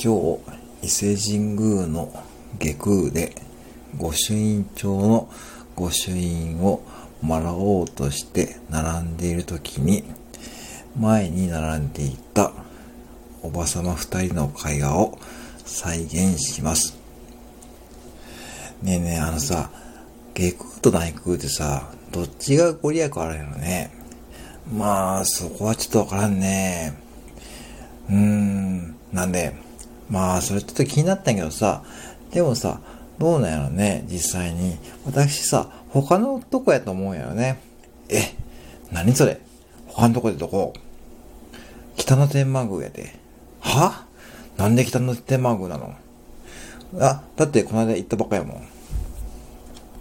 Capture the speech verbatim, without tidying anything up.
今日、伊勢神宮の外宮で御朱印帳の御朱印をもらおうとして並んでいるときに、前に並んでいたおばさま二人の会話を再現します。ねえねえ、あのさ、外宮と内宮ってさ、どっちがご利益あるのね。まあ、そこはちょっとわからんね。うーん、なんで、まあ、それちょっと気になったんやけどさ、でもさ、どうなんやろね、実際に。私さ、他のとこやと思うんやろね。え、何それ？他のとこでどこ？北野天満宮やで。は？なんで北野天満宮なの？あ、だってこの間行ったばっかやもん。